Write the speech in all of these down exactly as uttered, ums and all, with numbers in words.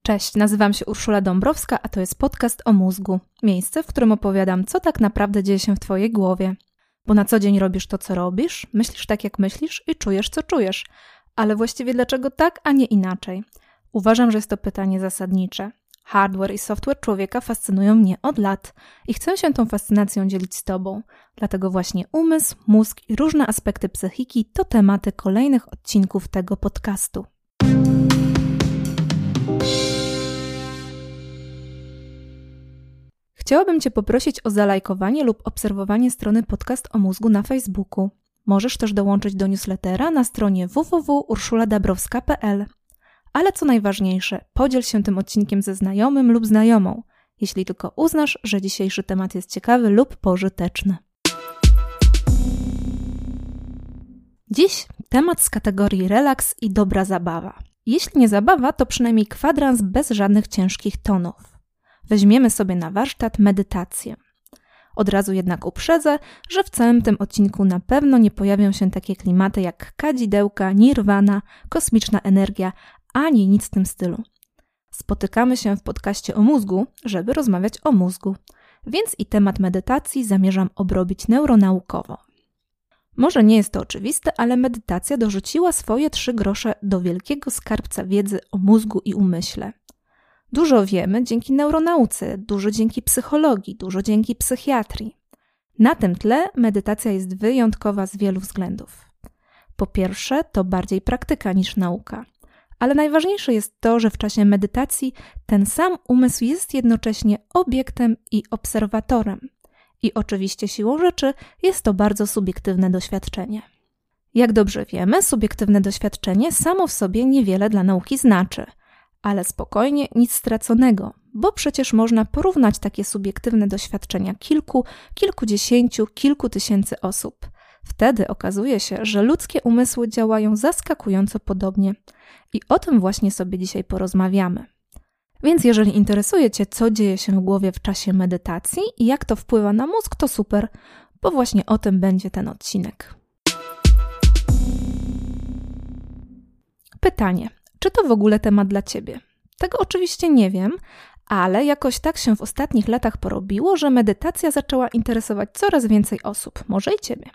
Cześć, nazywam się Urszula Dąbrowska, a to jest podcast o mózgu. Miejsce, w którym opowiadam, co tak naprawdę dzieje się w twojej głowie. Bo na co dzień robisz to, co robisz, myślisz tak, jak myślisz i czujesz, co czujesz. Ale właściwie dlaczego tak, a nie inaczej? Uważam, że jest to pytanie zasadnicze. Hardware i software człowieka fascynują mnie od lat i chcę się tą fascynacją dzielić z tobą. Dlatego właśnie umysł, mózg i różne aspekty psychiki to tematy kolejnych odcinków tego podcastu. Chciałabym cię poprosić o zalajkowanie lub obserwowanie strony Podcast o mózgu na Facebooku. Możesz też dołączyć do newslettera na stronie w w w kropka urszula dabrowska kropka p l. Ale co najważniejsze, podziel się tym odcinkiem ze znajomym lub znajomą, jeśli tylko uznasz, że dzisiejszy temat jest ciekawy lub pożyteczny. Dziś temat z kategorii relaks i dobra zabawa. Jeśli nie zabawa, to przynajmniej kwadrans bez żadnych ciężkich tonów. Weźmiemy sobie na warsztat medytację. Od razu jednak uprzedzę, że w całym tym odcinku na pewno nie pojawią się takie klimaty jak kadzidełka, nirwana, kosmiczna energia, ani nic w tym stylu. Spotykamy się w podcaście o mózgu, żeby rozmawiać o mózgu, więc i temat medytacji zamierzam obrobić neuronaukowo. Może nie jest to oczywiste, ale medytacja dorzuciła swoje trzy grosze do wielkiego skarbca wiedzy o mózgu i umyśle. Dużo wiemy dzięki neuronauce, dużo dzięki psychologii, dużo dzięki psychiatrii. Na tym tle medytacja jest wyjątkowa z wielu względów. Po pierwsze, to bardziej praktyka niż nauka. Ale najważniejsze jest to, że w czasie medytacji ten sam umysł jest jednocześnie obiektem i obserwatorem. I oczywiście siłą rzeczy jest to bardzo subiektywne doświadczenie. Jak dobrze wiemy, subiektywne doświadczenie samo w sobie niewiele dla nauki znaczy. Ale spokojnie, nic straconego, bo przecież można porównać takie subiektywne doświadczenia kilku, kilkudziesięciu, kilku tysięcy osób. Wtedy okazuje się, że ludzkie umysły działają zaskakująco podobnie i o tym właśnie sobie dzisiaj porozmawiamy. Więc jeżeli interesuje cię, co dzieje się w głowie w czasie medytacji i jak to wpływa na mózg, to super, bo właśnie o tym będzie ten odcinek. Pytanie. Czy to w ogóle temat dla ciebie? Tego oczywiście nie wiem, ale jakoś tak się w ostatnich latach porobiło, że medytacja zaczęła interesować coraz więcej osób, może i ciebie.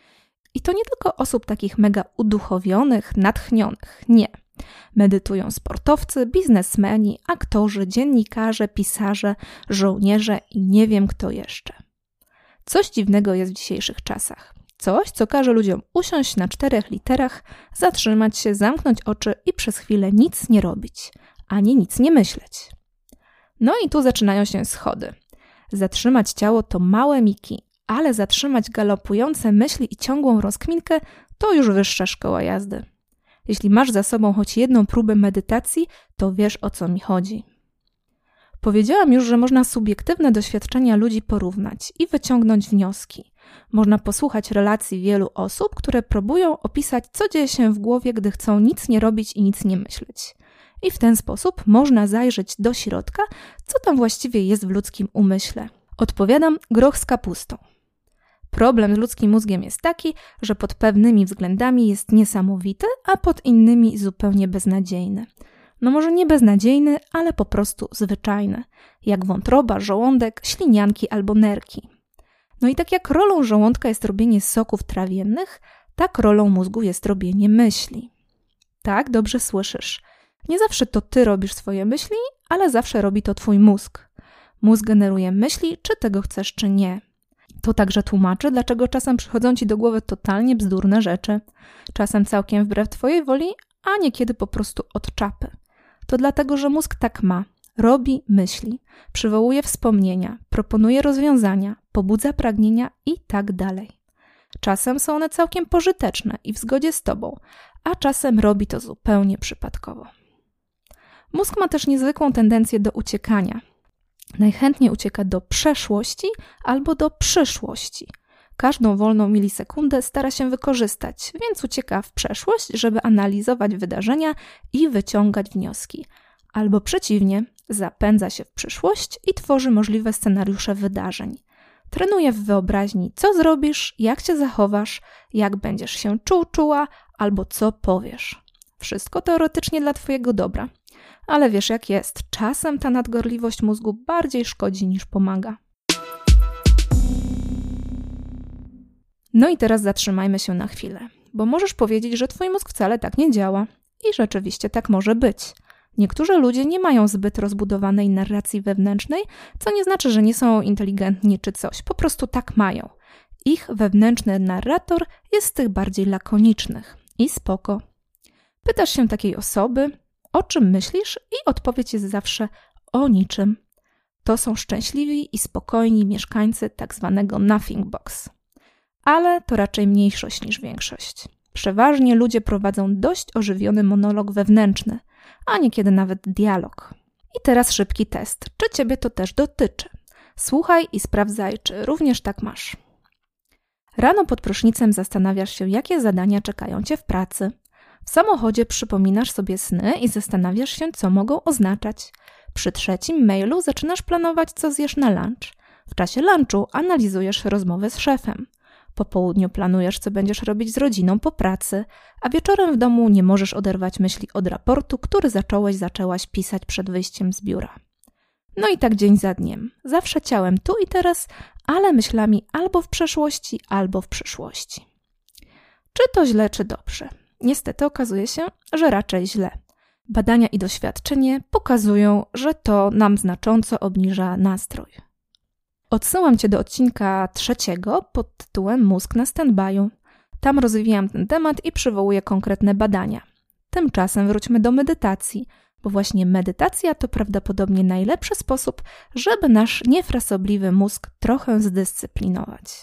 I to nie tylko osób takich mega uduchowionych, natchnionych, nie. Medytują sportowcy, biznesmeni, aktorzy, dziennikarze, pisarze, żołnierze i nie wiem kto jeszcze. Coś dziwnego jest w dzisiejszych czasach. Coś, co każe ludziom usiąść na czterech literach, zatrzymać się, zamknąć oczy i przez chwilę nic nie robić, ani nic nie myśleć. No i tu zaczynają się schody. Zatrzymać ciało to małe miki, ale zatrzymać galopujące myśli i ciągłą rozkminkę to już wyższa szkoła jazdy. Jeśli masz za sobą choć jedną próbę medytacji, to wiesz, o co mi chodzi. Powiedziałam już, że można subiektywne doświadczenia ludzi porównać i wyciągnąć wnioski. Można posłuchać relacji wielu osób, które próbują opisać, co dzieje się w głowie, gdy chcą nic nie robić i nic nie myśleć. I w ten sposób można zajrzeć do środka, co tam właściwie jest w ludzkim umyśle. Odpowiadam, groch z kapustą. Problem z ludzkim mózgiem jest taki, że pod pewnymi względami jest niesamowity, a pod innymi zupełnie beznadziejny. No może nie beznadziejny, ale po prostu zwyczajny. Jak wątroba, żołądek, ślinianki albo nerki. No i tak jak rolą żołądka jest robienie soków trawiennych, tak rolą mózgu jest robienie myśli. Tak, dobrze słyszysz. Nie zawsze to ty robisz swoje myśli, ale zawsze robi to twój mózg. Mózg generuje myśli, czy tego chcesz, czy nie. To także tłumaczy, dlaczego czasem przychodzą ci do głowy totalnie bzdurne rzeczy. Czasem całkiem wbrew twojej woli, a niekiedy po prostu od czapy. To dlatego, że mózg tak ma. Robi myśli, przywołuje wspomnienia, proponuje rozwiązania, pobudza pragnienia i tak dalej. Czasem są one całkiem pożyteczne i w zgodzie z tobą, a czasem robi to zupełnie przypadkowo. Mózg ma też niezwykłą tendencję do uciekania. Najchętniej ucieka do przeszłości albo do przyszłości. Każdą wolną milisekundę stara się wykorzystać, więc ucieka w przeszłość, żeby analizować wydarzenia i wyciągać wnioski. Albo przeciwnie, zapędza się w przyszłość i tworzy możliwe scenariusze wydarzeń. Trenuje w wyobraźni, co zrobisz, jak się zachowasz, jak będziesz się czuł, czuła albo co powiesz. Wszystko teoretycznie dla twojego dobra. ale wiesz jak jest, czasem ta nadgorliwość mózgu bardziej szkodzi niż pomaga. No i teraz zatrzymajmy się na chwilę, bo możesz powiedzieć, że twój mózg wcale tak nie działa. I rzeczywiście tak może być. Niektórzy ludzie nie mają zbyt rozbudowanej narracji wewnętrznej, co nie znaczy, że nie są inteligentni czy coś, po prostu tak mają. Ich wewnętrzny narrator jest z tych bardziej lakonicznych. I spoko. Pytasz się takiej osoby, o czym myślisz i odpowiedź jest zawsze o niczym. To są szczęśliwi i spokojni mieszkańcy tak zwanego nothing box. Ale to raczej mniejszość niż większość. Przeważnie ludzie prowadzą dość ożywiony monolog wewnętrzny, a niekiedy nawet dialog. I teraz szybki test. Czy ciebie to też dotyczy? Słuchaj i sprawdzaj, czy również tak masz. Rano pod prysznicem zastanawiasz się, jakie zadania czekają cię w pracy. W samochodzie przypominasz sobie sny i zastanawiasz się, co mogą oznaczać. Przy trzecim mailu zaczynasz planować, co zjesz na lunch. W czasie lunchu analizujesz rozmowę z szefem. Po południu planujesz, co będziesz robić z rodziną po pracy, a wieczorem w domu nie możesz oderwać myśli od raportu, który zacząłeś, zaczęłaś pisać przed wyjściem z biura. No i tak dzień za dniem. Zawsze ciałem tu i teraz, ale myślami albo w przeszłości, albo w przyszłości. Czy to źle, czy dobrze? Niestety okazuje się, że raczej źle. Badania i doświadczenie pokazują, że to nam znacząco obniża nastrój. Odsyłam cię do odcinka trzeciego pod tytułem Mózg na stand-by'u. Tam rozwijam ten temat i przywołuję konkretne badania. Tymczasem wróćmy do medytacji, bo właśnie medytacja to prawdopodobnie najlepszy sposób, żeby nasz niefrasobliwy mózg trochę zdyscyplinować.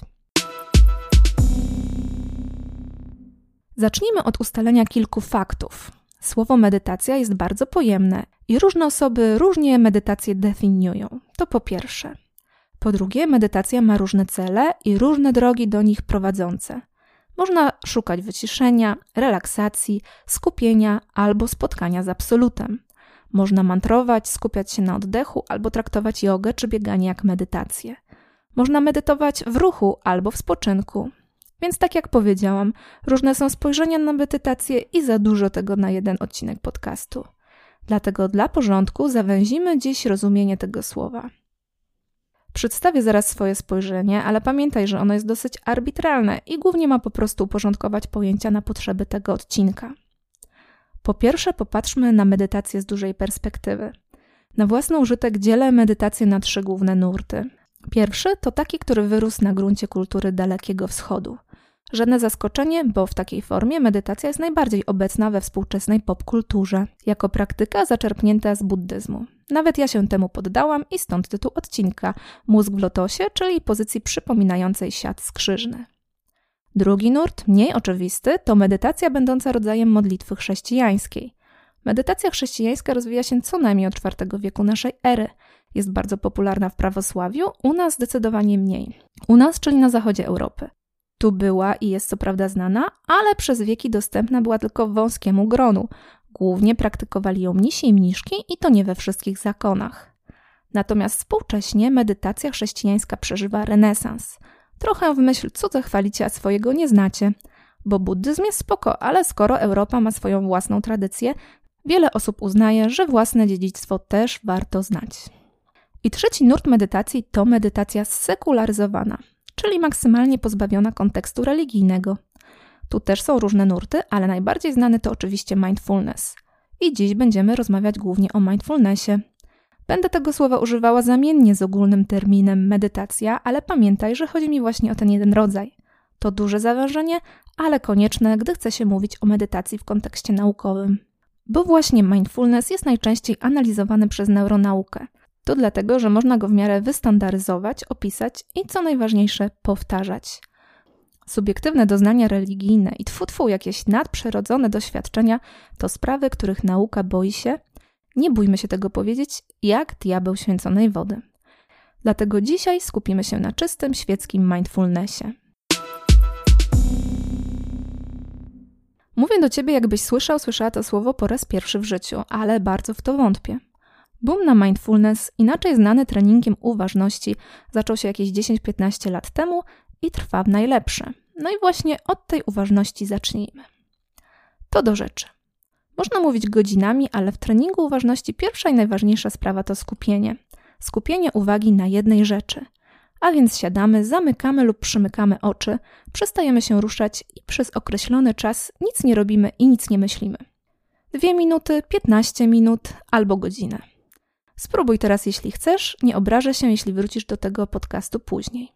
Zacznijmy od ustalenia kilku faktów. Słowo medytacja jest bardzo pojemne i różne osoby różnie medytację definiują. To po pierwsze. Po drugie, medytacja ma różne cele i różne drogi do nich prowadzące. Można szukać wyciszenia, relaksacji, skupienia albo spotkania z absolutem. Można mantrować, skupiać się na oddechu albo traktować jogę czy bieganie jak medytację. Można medytować w ruchu albo w spoczynku. Więc tak jak powiedziałam, różne są spojrzenia na medytację i za dużo tego na jeden odcinek podcastu. Dlatego dla porządku zawęzimy dziś rozumienie tego słowa. Przedstawię zaraz swoje spojrzenie, ale pamiętaj, że ono jest dosyć arbitralne i głównie ma po prostu uporządkować pojęcia na potrzeby tego odcinka. Po pierwsze, popatrzmy na medytację z dużej perspektywy. Na własny użytek dzielę medytację na trzy główne nurty. Pierwszy to taki, który wyrósł na gruncie kultury Dalekiego Wschodu. Żadne zaskoczenie, bo w takiej formie medytacja jest najbardziej obecna we współczesnej popkulturze, jako praktyka zaczerpnięta z buddyzmu. Nawet ja się temu poddałam i stąd tytuł odcinka Mózg w lotosie, czyli pozycji przypominającej siat skrzyżny. Drugi nurt, mniej oczywisty, to medytacja będąca rodzajem modlitwy chrześcijańskiej. Medytacja chrześcijańska rozwija się co najmniej od czwartego wieku naszej ery. Jest bardzo popularna w prawosławiu, u nas zdecydowanie mniej. U nas, czyli na zachodzie Europy. Tu była i jest co prawda znana, ale przez wieki dostępna była tylko wąskiemu gronu. Głównie praktykowali ją mnisi i mniszki i to nie we wszystkich zakonach. Natomiast współcześnie medytacja chrześcijańska przeżywa renesans. Trochę w myśl cudze chwalicie, a swojego nie znacie. Bo buddyzm jest spoko, ale skoro Europa ma swoją własną tradycję, wiele osób uznaje, że własne dziedzictwo też warto znać. I trzeci nurt medytacji to medytacja sekularyzowana, czyli maksymalnie pozbawiona kontekstu religijnego. Tu też są różne nurty, ale najbardziej znany to oczywiście mindfulness. I dziś będziemy rozmawiać głównie o mindfulnessie. Będę tego słowa używała zamiennie z ogólnym terminem medytacja, ale pamiętaj, że chodzi mi właśnie o ten jeden rodzaj. To duże zawężenie, ale konieczne, gdy chce się mówić o medytacji w kontekście naukowym. Bo właśnie mindfulness jest najczęściej analizowany przez neuronaukę. To dlatego, że można go w miarę wystandaryzować, opisać i co najważniejsze powtarzać. Subiektywne doznania religijne i tfu, tfu, jakieś nadprzyrodzone doświadczenia to sprawy, których nauka boi się, nie bójmy się tego powiedzieć, jak diabeł święconej wody. Dlatego dzisiaj skupimy się na czystym, świeckim mindfulnessie. Mówię do ciebie, jakbyś słyszał, słyszała to słowo po raz pierwszy w życiu, ale bardzo w to wątpię. Boom na mindfulness, inaczej znany treningiem uważności, zaczął się jakieś dziesięć piętnaście lat temu i trwa w najlepsze. No i właśnie od tej uważności zacznijmy. To do rzeczy. Można mówić godzinami, ale w treningu uważności pierwsza i najważniejsza sprawa to skupienie. Skupienie uwagi na jednej rzeczy. A więc siadamy, zamykamy lub przymykamy oczy, przestajemy się ruszać i przez określony czas nic nie robimy i nic nie myślimy. Dwie minuty, piętnaście minut albo godzinę. Spróbuj teraz, jeśli chcesz, nie obrażę się, jeśli wrócisz do tego podcastu później.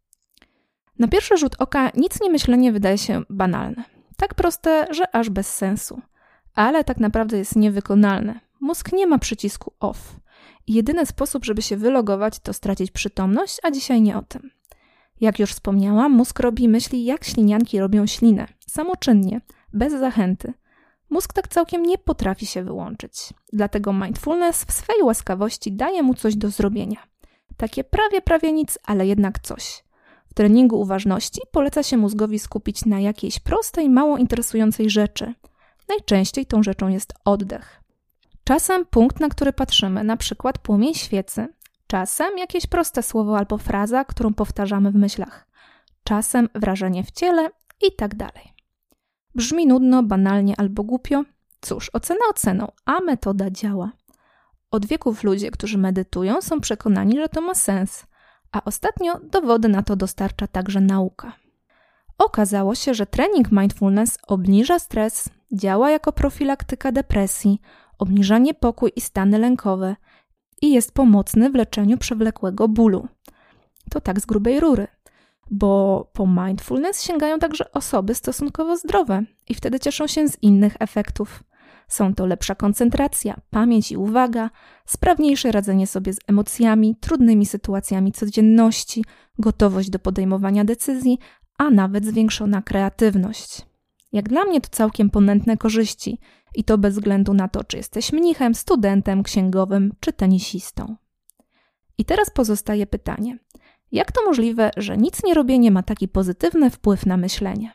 Na pierwszy rzut oka nic nie myślenie wydaje się banalne. Tak proste, że aż bez sensu. Ale tak naprawdę jest niewykonalne. Mózg nie ma przycisku off. I jedyny sposób, żeby się wylogować, to stracić przytomność, a dzisiaj nie o tym. Jak już wspomniałam, mózg robi myśli, jak ślinianki robią ślinę. Samoczynnie, bez zachęty. Mózg tak całkiem nie potrafi się wyłączyć. Dlatego mindfulness w swej łaskawości daje mu coś do zrobienia. Takie prawie, prawie nic, ale jednak coś. W treningu uważności poleca się mózgowi skupić na jakiejś prostej, mało interesującej rzeczy. Najczęściej tą rzeczą jest oddech. Czasem punkt, na który patrzymy, na przykład płomień świecy. Czasem jakieś proste słowo albo fraza, którą powtarzamy w myślach. Czasem wrażenie w ciele i tak dalej. Brzmi nudno, banalnie albo głupio. Cóż, ocena oceną, a metoda działa. Od wieków ludzie, którzy medytują, są przekonani, że to ma sens, a ostatnio dowody na to dostarcza także nauka. Okazało się, że trening mindfulness obniża stres, działa jako profilaktyka depresji, obniża niepokój i stany lękowe i jest pomocny w leczeniu przewlekłego bólu. To tak z grubej rury, bo po mindfulness sięgają także osoby stosunkowo zdrowe i wtedy cieszą się z innych efektów. Są to lepsza koncentracja, pamięć i uwaga, sprawniejsze radzenie sobie z emocjami, trudnymi sytuacjami codzienności, gotowość do podejmowania decyzji, a nawet zwiększona kreatywność. Jak dla mnie to całkiem ponętne korzyści i to bez względu na to, czy jesteś mnichem, studentem, księgowym czy tenisistą. I teraz pozostaje pytanie, jak to możliwe, że nic nie robienie ma taki pozytywny wpływ na myślenie?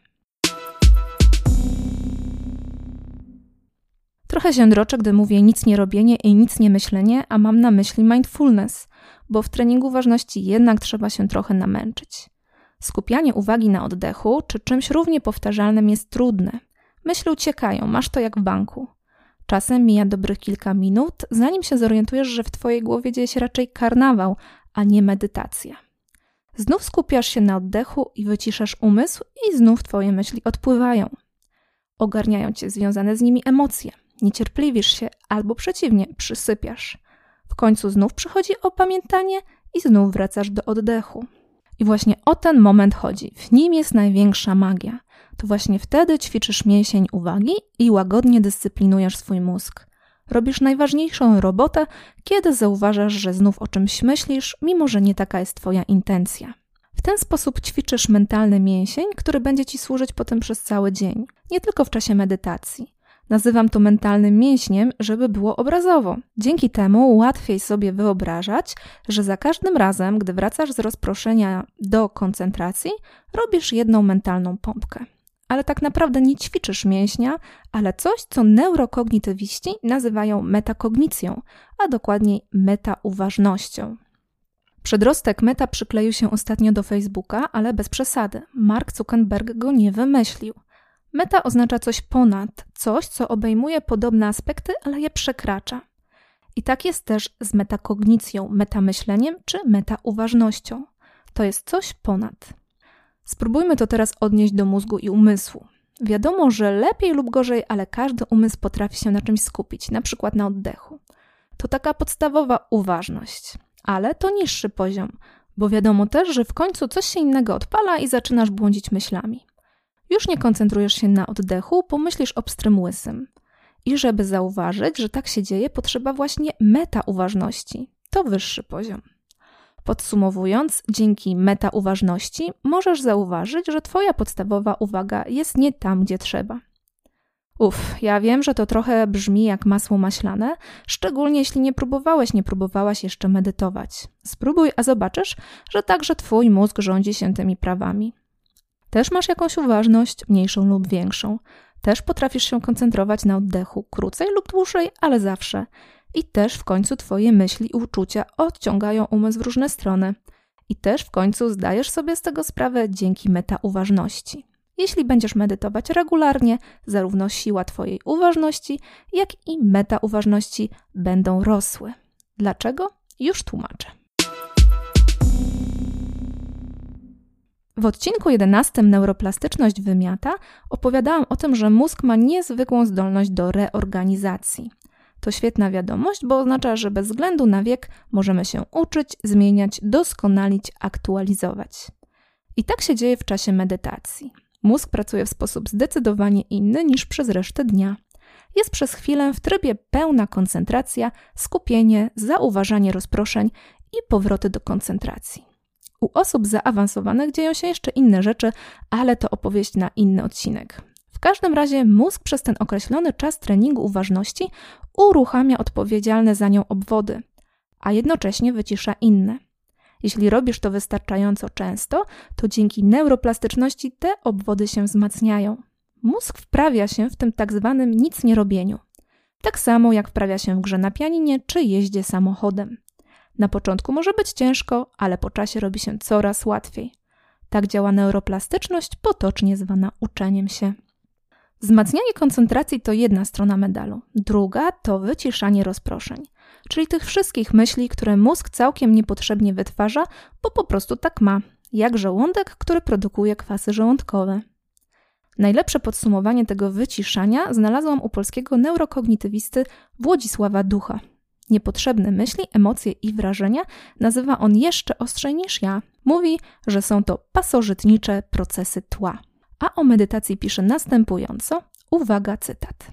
Trochę się droczę, gdy mówię nic nie robienie i nic nie myślenie, a mam na myśli mindfulness, bo w treningu uważności jednak trzeba się trochę namęczyć. Skupianie uwagi na oddechu czy czymś równie powtarzalnym jest trudne. Myśli uciekają, masz to jak w banku. Czasem mija dobrych kilka minut, zanim się zorientujesz, że w twojej głowie dzieje się raczej karnawał, a nie medytacja. Znów skupiasz się na oddechu i wyciszasz umysł i znów twoje myśli odpływają. Ogarniają cię związane z nimi emocje. Niecierpliwisz się albo przeciwnie, przysypiasz. W końcu znów przychodzi opamiętanie i znów wracasz do oddechu. I właśnie o ten moment chodzi. W nim jest największa magia. To właśnie wtedy ćwiczysz mięsień uwagi i łagodnie dyscyplinujesz swój mózg. Robisz najważniejszą robotę, kiedy zauważasz, że znów o czymś myślisz, mimo że nie taka jest twoja intencja. W ten sposób ćwiczysz mentalny mięsień, który będzie ci służyć potem przez cały dzień, nie tylko w czasie medytacji. Nazywam to mentalnym mięśniem, żeby było obrazowo. Dzięki temu łatwiej sobie wyobrażać, że za każdym razem, gdy wracasz z rozproszenia do koncentracji, robisz jedną mentalną pompkę. Ale tak naprawdę nie ćwiczysz mięśnia, ale coś, co neurokognitywiści nazywają metakognicją, a dokładniej metauważnością. Przedrostek meta przykleił się ostatnio do Facebooka, ale bez przesady. Mark Zuckerberg go nie wymyślił. Meta oznacza coś ponad, coś, co obejmuje podobne aspekty, ale je przekracza. I tak jest też z metakognicją, metamyśleniem czy metauważnością. To jest coś ponad. Spróbujmy to teraz odnieść do mózgu i umysłu. Wiadomo, że lepiej lub gorzej, ale każdy umysł potrafi się na czymś skupić, na przykład na oddechu. To taka podstawowa uważność, ale to niższy poziom, bo wiadomo też, że w końcu coś się innego odpala i zaczynasz błądzić myślami. Już nie koncentrujesz się na oddechu, pomyślisz o pstrym łysym. I żeby zauważyć, że tak się dzieje, potrzeba właśnie metauważności. To wyższy poziom. Podsumowując, dzięki metauważności możesz zauważyć, że twoja podstawowa uwaga jest nie tam, gdzie trzeba. Uff, ja wiem, że to trochę brzmi jak masło maślane, szczególnie jeśli nie próbowałeś, nie próbowałaś jeszcze medytować. Spróbuj, a zobaczysz, że także twój mózg rządzi się tymi prawami. Też masz jakąś uważność, mniejszą lub większą. Też potrafisz się koncentrować na oddechu, krócej lub dłużej, ale zawsze. I też w końcu twoje myśli i uczucia odciągają umysł w różne strony. I też w końcu zdajesz sobie z tego sprawę dzięki metauważności. Jeśli będziesz medytować regularnie, zarówno siła Twojej uważności, jak i meta uważności będą rosły. Dlaczego? Już tłumaczę. W odcinku jedenastym Neuroplastyczność wymiata opowiadałam o tym, że mózg ma niezwykłą zdolność do reorganizacji. To świetna wiadomość, bo oznacza, że bez względu na wiek możemy się uczyć, zmieniać, doskonalić, aktualizować. I tak się dzieje w czasie medytacji. Mózg pracuje w sposób zdecydowanie inny niż przez resztę dnia. Jest przez chwilę w trybie pełna koncentracja, skupienie, zauważanie rozproszeń i powroty do koncentracji. U osób zaawansowanych dzieją się jeszcze inne rzeczy, ale to opowieść na inny odcinek. W każdym razie mózg przez ten określony czas treningu uważności uruchamia odpowiedzialne za nią obwody, a jednocześnie wycisza inne. Jeśli robisz to wystarczająco często, to dzięki neuroplastyczności te obwody się wzmacniają. Mózg wprawia się w tym tak zwanym nic nie robieniu. Tak samo jak wprawia się w grze na pianinie czy jeździe samochodem. Na początku może być ciężko, ale po czasie robi się coraz łatwiej. Tak działa neuroplastyczność, potocznie zwana uczeniem się. Wzmacnianie koncentracji to jedna strona medalu. Druga to wyciszanie rozproszeń, czyli tych wszystkich myśli, które mózg całkiem niepotrzebnie wytwarza, bo po prostu tak ma, jak żołądek, który produkuje kwasy żołądkowe. Najlepsze podsumowanie tego wyciszania znalazłam u polskiego neurokognitywisty Włodzisława Ducha. Niepotrzebne myśli, emocje i wrażenia nazywa on jeszcze ostrzej niż ja. Mówi, że są to pasożytnicze procesy tła. A o medytacji pisze następująco. Uwaga, cytat.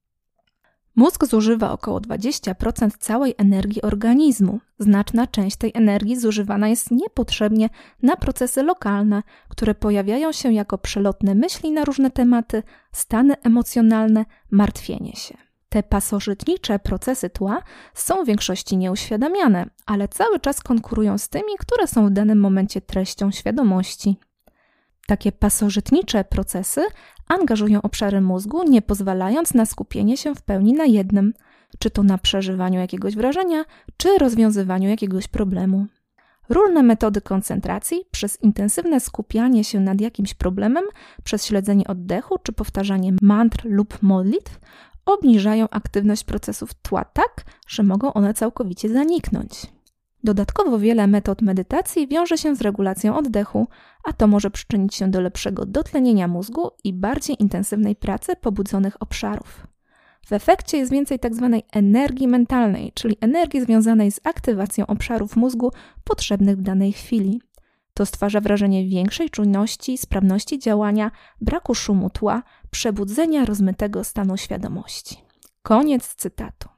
Mózg zużywa około dwadzieścia procent całej energii organizmu. Znaczna część tej energii zużywana jest niepotrzebnie na procesy lokalne, które pojawiają się jako przelotne myśli na różne tematy, stany emocjonalne, martwienie się. Te pasożytnicze procesy tła są w większości nieuświadamiane, ale cały czas konkurują z tymi, które są w danym momencie treścią świadomości. Takie pasożytnicze procesy angażują obszary mózgu, nie pozwalając na skupienie się w pełni na jednym, czy to na przeżywaniu jakiegoś wrażenia, czy rozwiązywaniu jakiegoś problemu. Różne metody koncentracji, przez intensywne skupianie się nad jakimś problemem, przez śledzenie oddechu, czy powtarzanie mantr lub modlitw, obniżają aktywność procesów tła tak, że mogą one całkowicie zaniknąć. Dodatkowo wiele metod medytacji wiąże się z regulacją oddechu, a to może przyczynić się do lepszego dotlenienia mózgu i bardziej intensywnej pracy pobudzonych obszarów. W efekcie jest więcej tzw. energii mentalnej, czyli energii związanej z aktywacją obszarów mózgu potrzebnych w danej chwili. To stwarza wrażenie większej czujności, sprawności działania, braku szumu tła, przebudzenia rozmytego stanu świadomości. Koniec cytatu.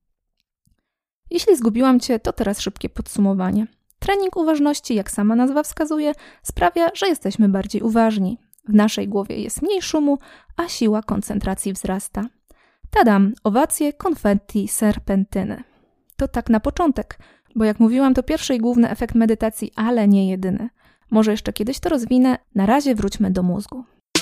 Jeśli zgubiłam Cię, to teraz szybkie podsumowanie. Trening uważności, jak sama nazwa wskazuje, sprawia, że jesteśmy bardziej uważni. W naszej głowie jest mniej szumu, a siła koncentracji wzrasta. Tadam, owacje, konfetti, serpentyny. To tak na początek, bo jak mówiłam, to pierwszy i główny efekt medytacji, ale nie jedyny. Może jeszcze kiedyś to rozwinę, na razie wróćmy do mózgu.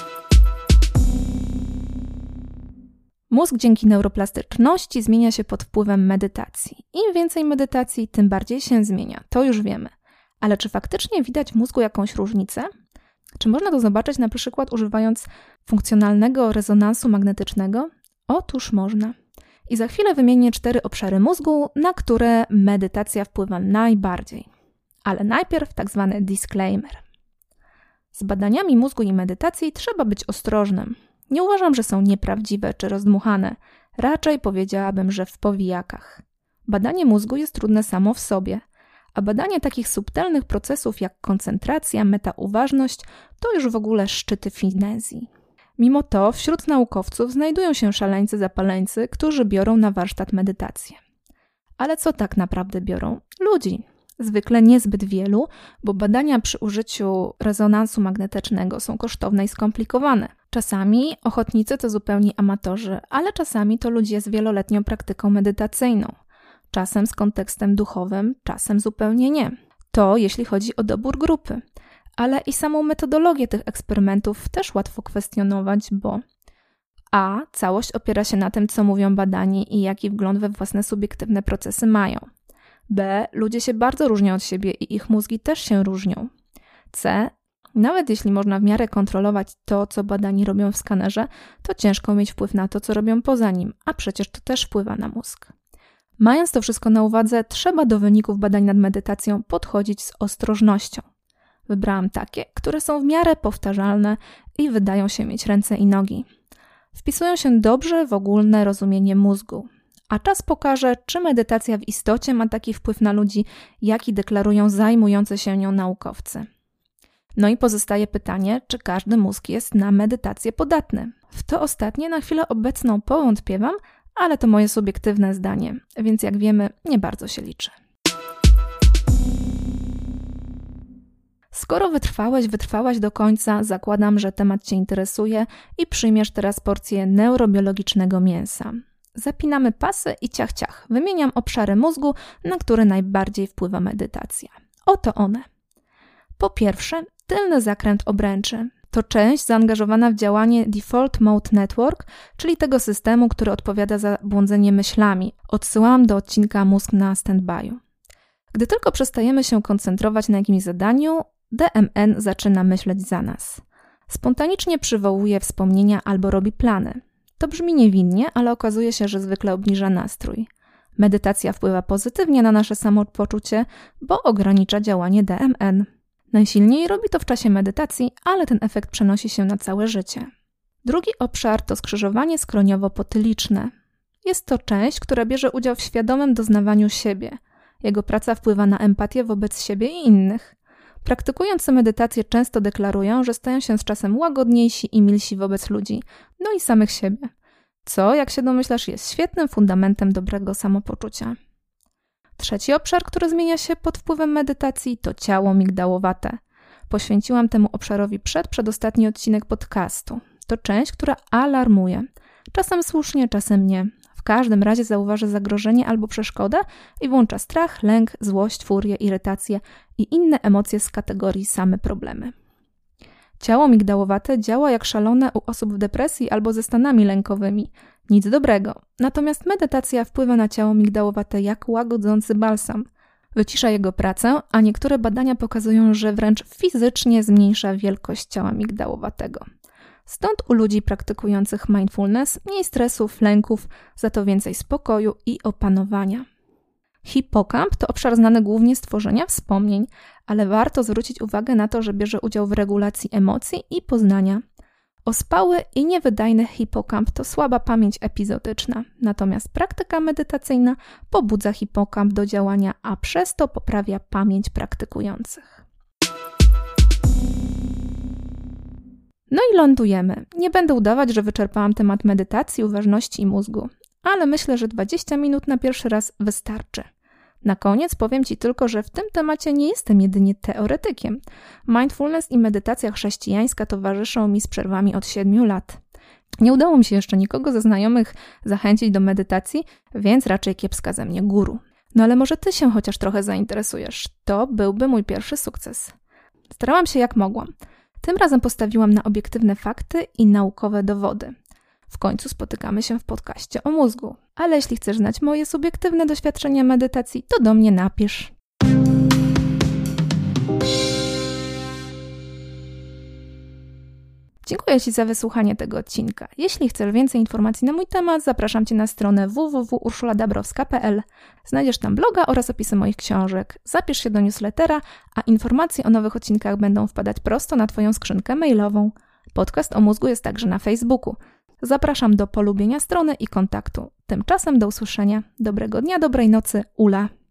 Mózg dzięki neuroplastyczności zmienia się pod wpływem medytacji. Im więcej medytacji, tym bardziej się zmienia. To już wiemy. Ale czy faktycznie widać w mózgu jakąś różnicę? Czy można to zobaczyć na przykład używając funkcjonalnego rezonansu magnetycznego? Otóż można. I za chwilę wymienię cztery obszary mózgu, na które medytacja wpływa najbardziej. Ale najpierw tak zwany disclaimer. Z badaniami mózgu i medytacji trzeba być ostrożnym. Nie uważam, że są nieprawdziwe czy rozdmuchane. Raczej powiedziałabym, że w powijakach. Badanie mózgu jest trudne samo w sobie, a badanie takich subtelnych procesów jak koncentracja, metauważność to już w ogóle szczyty finezji. Mimo to wśród naukowców znajdują się szaleńcy zapaleńcy, którzy biorą na warsztat medytację. Ale co tak naprawdę biorą? Ludzi. Zwykle niezbyt wielu, bo badania przy użyciu rezonansu magnetycznego są kosztowne i skomplikowane. Czasami ochotnicy to zupełni amatorzy, ale czasami to ludzie z wieloletnią praktyką medytacyjną. Czasem z kontekstem duchowym, czasem zupełnie nie. To jeśli chodzi o dobór grupy. Ale i samą metodologię tych eksperymentów też łatwo kwestionować, bo a. Całość opiera się na tym, co mówią badani i jaki wgląd we własne subiektywne procesy mają. B. Ludzie się bardzo różnią od siebie i ich mózgi też się różnią. C. Nawet jeśli można w miarę kontrolować to, co badani robią w skanerze, to ciężko mieć wpływ na to, co robią poza nim, a przecież to też wpływa na mózg. Mając to wszystko na uwadze, trzeba do wyników badań nad medytacją podchodzić z ostrożnością. Wybrałam takie, które są w miarę powtarzalne i wydają się mieć ręce i nogi. Wpisują się dobrze w ogólne rozumienie mózgu. A czas pokaże, czy medytacja w istocie ma taki wpływ na ludzi, jaki deklarują zajmujący się nią naukowcy. No i pozostaje pytanie, czy każdy mózg jest na medytację podatny. W to ostatnie na chwilę obecną powątpiewam, ale to moje subiektywne zdanie, więc jak wiemy, nie bardzo się liczy. Skoro wytrwałeś, wytrwałaś do końca, zakładam, że temat Cię interesuje i przyjmiesz teraz porcję neurobiologicznego mięsa. Zapinamy pasy i ciach ciach. Wymieniam obszary mózgu, na które najbardziej wpływa medytacja. Oto one. Po pierwsze, tylny zakręt obręczy. To część zaangażowana w działanie Default Mode Network, czyli tego systemu, który odpowiada za błądzenie myślami. Odsyłam do odcinka Mózg na standby'u. Gdy tylko przestajemy się koncentrować na jakimś zadaniu, D M N zaczyna myśleć za nas. Spontanicznie przywołuje wspomnienia albo robi plany. To brzmi niewinnie, ale okazuje się, że zwykle obniża nastrój. Medytacja wpływa pozytywnie na nasze samopoczucie, bo ogranicza działanie D M N. Najsilniej robi to w czasie medytacji, ale ten efekt przenosi się na całe życie. Drugi obszar to skrzyżowanie skroniowo-potyliczne. Jest to część, która bierze udział w świadomym doznawaniu siebie. Jego praca wpływa na empatię wobec siebie i innych. Praktykujący medytację często deklarują, że stają się z czasem łagodniejsi i milsi wobec ludzi, no i samych siebie. Co, jak się domyślasz, jest świetnym fundamentem dobrego samopoczucia. Trzeci obszar, który zmienia się pod wpływem medytacji, to ciało migdałowate. Poświęciłam temu obszarowi przed, przedostatni odcinek podcastu. To część, która alarmuje. Czasem słusznie, czasem nie. W każdym razie zauważa zagrożenie albo przeszkodę i włącza strach, lęk, złość, furię, irytację i inne emocje z kategorii same problemy. Ciało migdałowate działa jak szalone u osób w depresji albo ze stanami lękowymi. Nic dobrego. Natomiast medytacja wpływa na ciało migdałowate jak łagodzący balsam. Wycisza jego pracę, a niektóre badania pokazują, że wręcz fizycznie zmniejsza wielkość ciała migdałowatego. Stąd u ludzi praktykujących mindfulness mniej stresów, lęków, za to więcej spokoju i opanowania. Hipokamp to obszar znany głównie z tworzenia wspomnień, ale warto zwrócić uwagę na to, że bierze udział w regulacji emocji i poznania. Ospały i niewydajny hipokamp to słaba pamięć epizodyczna, natomiast praktyka medytacyjna pobudza hipokamp do działania, a przez to poprawia pamięć praktykujących. No i lądujemy. Nie będę udawać, że wyczerpałam temat medytacji, uważności i mózgu, ale myślę, że dwadzieścia minut na pierwszy raz wystarczy. Na koniec powiem Ci tylko, że w tym temacie nie jestem jedynie teoretykiem. Mindfulness i medytacja chrześcijańska towarzyszą mi z przerwami od siedmiu lat. Nie udało mi się jeszcze nikogo ze znajomych zachęcić do medytacji, więc raczej kiepska ze mnie guru. No ale może Ty się chociaż trochę zainteresujesz. To byłby mój pierwszy sukces. Starałam się jak mogłam. Tym razem postawiłam na obiektywne fakty i naukowe dowody. W końcu spotykamy się w podcaście o mózgu. Ale jeśli chcesz znać moje subiektywne doświadczenia medytacji, to do mnie napisz. Dziękuję Ci za wysłuchanie tego odcinka. Jeśli chcesz więcej informacji na mój temat, zapraszam Cię na stronę w w w kropka urszula dabrowska kropka p l. Znajdziesz tam bloga oraz opisy moich książek. Zapisz się do newslettera, a informacje o nowych odcinkach będą wpadać prosto na Twoją skrzynkę mailową. Podcast o mózgu jest także na Facebooku. Zapraszam do polubienia strony i kontaktu. Tymczasem do usłyszenia. Dobrego dnia, dobrej nocy. Ula.